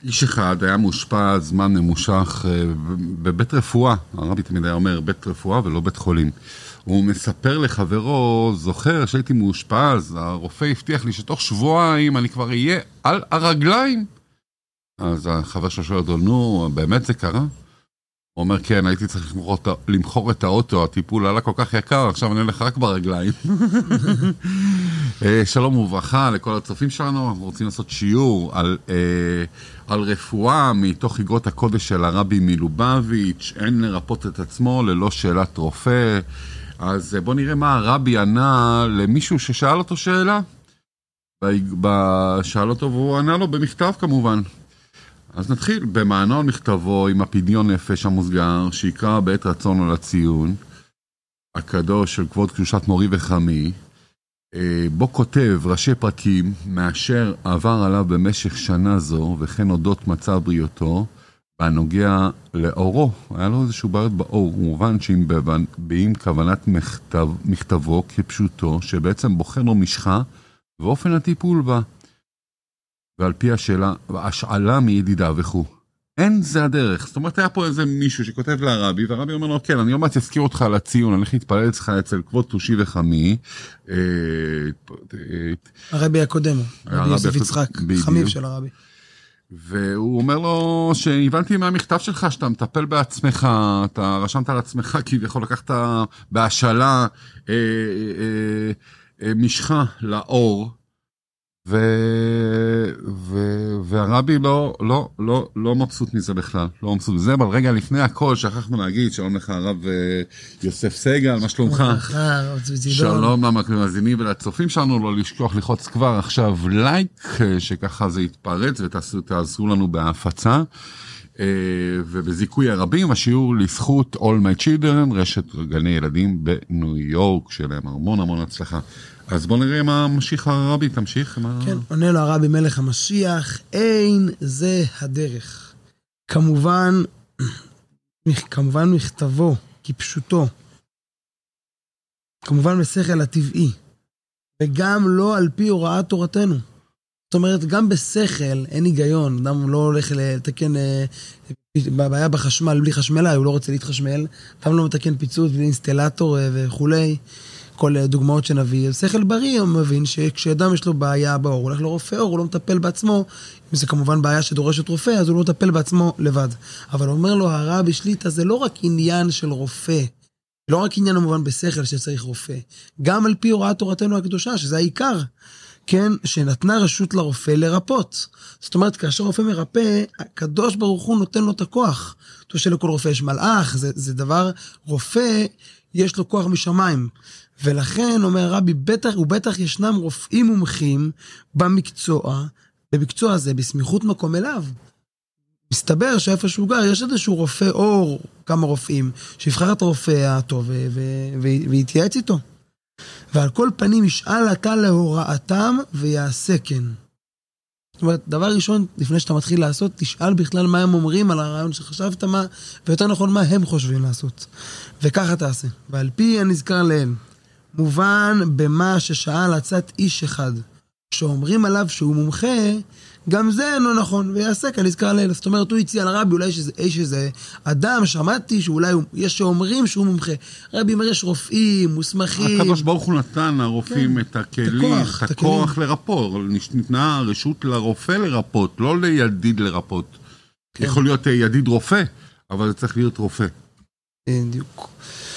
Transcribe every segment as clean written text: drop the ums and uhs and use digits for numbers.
איש אחד היה מושפע זמן ממושך בבית רפואה, הרבי תמיד היה אומר בית רפואה ולא בית חולים. הוא מספר לחברו, זוכר שהייתי מאושפז, הרופא הבטיח לי שתוך שבועיים אני כבר אהיה על הרגליים. אז החבר שלו שואל אותו, נו, באמת זה קרה? הוא אומר, כן, הייתי צריך למכור את האוטו, הטיפול עלה כל כך יקר, עכשיו אני הולך רק ברגליים. שלום וברכה לכל הצופים שלנו, אנחנו רוצים לעשות שיעור על רפואה מתוך אגרות הקודש של הרבי מלובביץ', אין לרפות את עצמו ללא שאלת רופא. אז בוא נראה מה הרבי ענה למישהו ששאל אותו שאלה. שאל אותו והוא ענה לו במכתב כמובן. אז נתחיל במענו על מכתבו עם הפדיון נפש המוסגר, שיקרא בעת רצון על הציון, הקדוש של כבוד קדושת מורי וחמי, בו כותב ראשי פרקים מאשר עבר עליו במשך שנה זו, וכן אודות מצב בריאותו, בנוגע לאורו. היה לו איזשהו בעיות באור, מובן שאם כוונת מכתבו כפשוטו, שבעצם בוחר לו משחה, ואופן הטיפול בה. ועל פי השאלה, השאלה מידידה וכו'. אין זה הדרך. זאת אומרת, היה פה איזה מישהו שכותב לרבי, והרבי אומר לו, כן, אני עוד מעט אזכיר אותך על הציון, אני הולך להתפלל אצלך אצל כבוד קדושי וחמי. הרבי הקודם, רבי יוסף יצחק, חמיו של הרבי. והוא אומר לו, שהבנתי מהמכתב שלך, שאתה מטפל בעצמך, אתה רשמת על עצמך, כי יכול לקחת בהשאלה משחה לאור, והרבי לא מבסוט מזה בכלל, לא מבסוט מזה, אבל רגע לפני הכל שכחנו להגיד, שלום לך הרב יוסף סגל, מה שלומך? שלום למאזינים ולצופים שלנו, לא לשכוח לחוץ כבר עכשיו לייק, שככה זה יתפרץ ותעזרו לנו בהפצה, ובזיכוי הרבים, השיעור לזכות All My Children, רשת גני ילדים בניו יורק, שלהם המון הצלחה. אז בוא נראה מה ממשיך הרבי, תמשיך. כן, עונה לו הרבי מלך המשיח, אין זה הדרך. כמובן מכתבו, כפשוטו, כמובן בשכל הטבעי, וגם לא על פי הוראת תורתנו. זאת אומרת, גם בשכל אין היגיון, אדם לא הולך לתקן בעיה בחשמל, בלי חשמלה, הוא לא רוצה להתחשמל, אדם לא מתקן פיצוץ בלי אינסטלטור וכולי. כל דוגמאות שנביא, שכל בריא הוא מבין שכשאדם יש לו בעיה בעור, הוא הולך לרופא עור, הוא לא מטפל בעצמו, אם זה כמובן בעיה שדורשת רופא, אז הוא לא מטפל בעצמו לבד. אבל הוא אומר לו, הרבי שליטה זה לא רק עניין של רופא, לא רק עניין המובן בשכל שצריך רופא, גם על פי הוראת תורתנו הקדושה, שזה העיקר, כן, שנתנה רשות לרופא לרפות. זאת אומרת, כאשר רופא מרפא, הקדוש ברוך הוא נותן לו את הכוח. תו שלכל רופא יש מלאך, זה דבר, רופא יש לו כוח משמיים. ולכן, אומר הרבי, בטח ישנם רופאים מומחים במקצוע הזה, בסמיכות מקום אליו. מסתבר שאיפה שהוא גר, יש איזשהו רופא אור, כמה רופאים, שיבחר את הרופא הטוב ויתייעץ איתו. ועל כל פנים ישאל אתה להוראתם ויעשה כן. זאת אומרת, דבר ראשון, לפני שאתה מתחיל לעשות, תשאל בכלל מה הם אומרים על הרעיון שחשבת מה, ויותר נכון מה הם חושבים לעשות. וככה תעשה. ועל פי הנזכר לאל, מובן במה ששאל עצת איש אחד, שאומרים עליו שהוא מומחה, גם זה אינו נכון, ויעשה כנזכר לאל. זאת אומרת, הוא הציע לרבי, אולי יש איזה אדם, שמעתי שאולי יש שאומרים שהוא מומחה. רבי אומר, יש רופאים, מוסמכים. הקדוש ברוך הוא נתן לרופאים את הכלים, את הכוח לרפות. ניתנה רשות לרופא לרפות, לא לידיד לרפות. יכול להיות ידיד רופא, אבל זה צריך להיות רופא. בדיוק.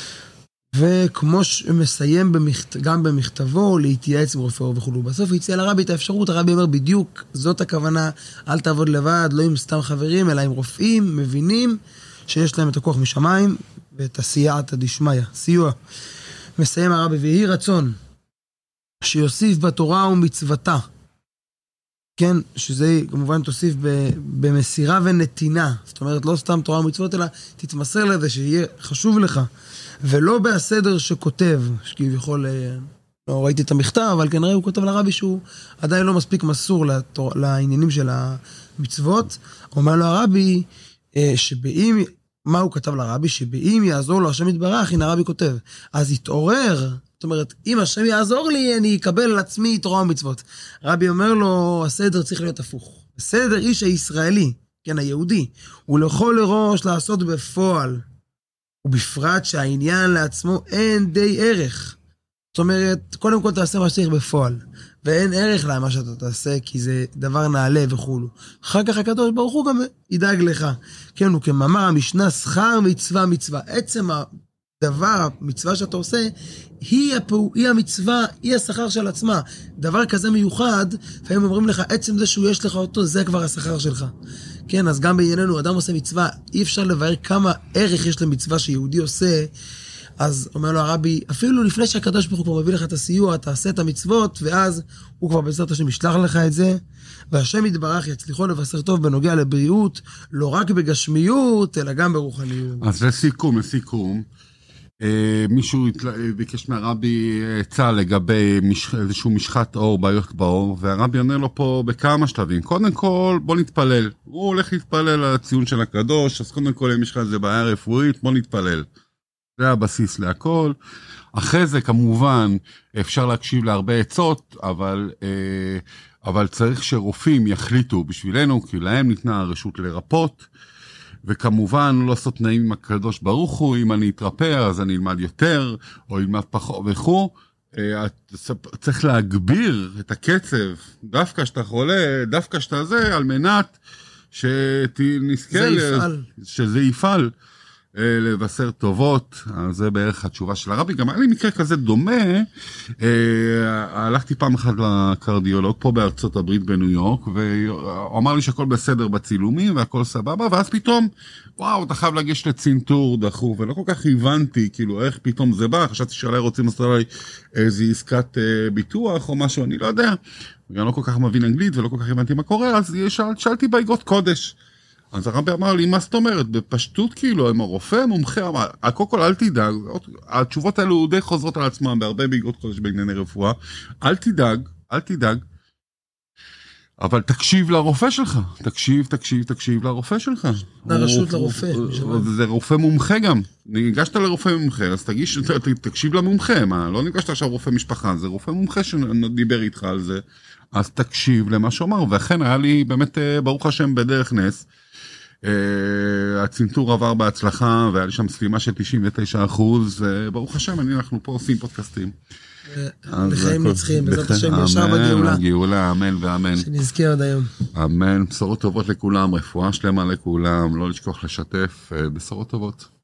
וכמו שמסיים גם במכתבו להתייעץ עם רופאו וכולו. בסוף יציע לרבי את האפשרות, הרבי אומר בדיוק, זאת הכוונה, אל תעבוד לבד, לא עם סתם חברים, אלא עם רופאים, מבינים, שיש להם את הכוח משמיים, ואת הסייעת הדשמיא, סיוע. מסיים הרבי, ויהי רצון, שיוסיף בתורה ומצוותה, כן, שזה כמובן תוסיף במסירה ונתינה, זאת אומרת, לא סתם תורה ומצוות, אלא תתמסר לזה, שיהיה חשוב לך, ולא בסדר שכותב, שכביכול, לא ראיתי את המכתב, אבל כנראה הוא כותב לרבי שהוא עדיין לא מספיק מסור לעניינים של המצוות. אומר לו הרבי, מה הוא כתב לרבי? שבאם יעזור לו השם יתברך, הנה הרבי כותב, אז יתעורר, זאת אומרת, אם השם יעזור לי, אני אקבל על עצמי תורה ומצוות. רבי אומר לו, הסדר צריך להיות הפוך. בסדר איש הישראלי, כן, היהודי, הוא לכל לראש לעשות בפועל, ובפרט שהעניין לעצמו אין די ערך. זאת אומרת, קודם כל תעשה מה שצריך בפועל, ואין ערך למה שאתה תעשה, כי זה דבר נעלה וכולו. אחר כך הקדוש ברוך הוא גם ידאג לך. כן, הוא כמאמר המשנה, שכר מצווה מצווה. עצם הדבר, המצווה שאתה עושה, היא המצווה, היא השכר של עצמה. דבר כזה מיוחד, והם אומרים לך, עצם זה שהוא יש לך אותו, זה כבר השכר שלך. כן, אז גם בענייננו, אדם עושה מצווה, אי אפשר לבאר כמה ערך יש למצווה שיהודי עושה. אז אומר לו הרבי, אפילו לפני שהקדוש ברוך הוא כבר מביא לך את הסיוע, תעשה את המצוות, ואז הוא כבר בעזרת השם ישלח לך את זה, והשם יתברך יצליחו לבשר טוב בנוגע לבריאות, לא רק בגשמיות, אלא גם ברוחניות. אז לסיכום. מישהו ביקש מהרבי עצה לגבי איזשהו משחת אור, בעיות באור, והרבי עונה לו פה בכמה שלבים. קודם כל, בוא נתפלל. הוא הולך להתפלל על הציון של הקדוש, אז קודם כל, אם יש לך איזה בעיה רפואית, בוא נתפלל. זה הבסיס להכל. אחרי זה, כמובן, אפשר להקשיב להרבה עצות, אבל צריך שרופאים יחליטו בשבילנו, כי להם ניתנה הרשות לרפות, וכמובן לא לעשות תנאים עם הקדוש ברוך הוא, אם אני אתרפא אז אני אלמד יותר, או אלמד פחות וכו'. צריך להגביר את הקצב, דווקא שאתה חולה, דווקא שאתה זה, על מנת שנזכה שזה יפעל. לבשר טובות. אז זה בערך התשובה של הרבי. גם היה לי מקרה כזה דומה, הלכתי פעם אחת לקרדיולוג פה בארצות הברית בניו יורק, והוא אמר לי שהכל בסדר בצילומים והכל סבבה, ואז פתאום, וואו, אתה חייב לגשת לצינטור דחוף, ולא כל כך הבנתי, כאילו, איך פתאום זה בא, חשבתי שעלי רוצים לעשות עליי איזו עסקת ביטוח או משהו, אני לא יודע, וגם לא כל כך מבין אנגלית ולא כל כך הבנתי מה קורה, אז שאלתי באגרות קודש. אז הרבי אמר לי, מה זאת אומרת? בפשטות כאילו, עם הרופא מומחה, אמר, קודם כל אל תדאג, התשובות האלו די חוזרות על עצמם, בהרבה באגרות קודש בענייני רפואה, אל תדאג, אבל תקשיב לרופא שלך, תקשיב לרופא שלך. הרשות לרופא. זה רופא מומחה גם, ניגשת לרופא מומחה, אז תקשיב למומחה, מה, לא ניגשת עכשיו רופא משפחה, זה רופא מומחה שדיבר איתך על זה, אז תקשיב למה שאומר, ואכן היה לי באמת, ברוך השם, בדרך נס, הצנתור עבר בהצלחה, והיה לי שם סלימה של 99%, וברוך השם, אנחנו פה עושים פודקאסטים. לחיים נצחים, בעזרת השם ישר בגאולה. גאולה, אמן ואמן. שנזכה עוד היום. אמן, בשורות טובות לכולם, רפואה שלמה לכולם, לא לשכוח לשתף, בשורות טובות.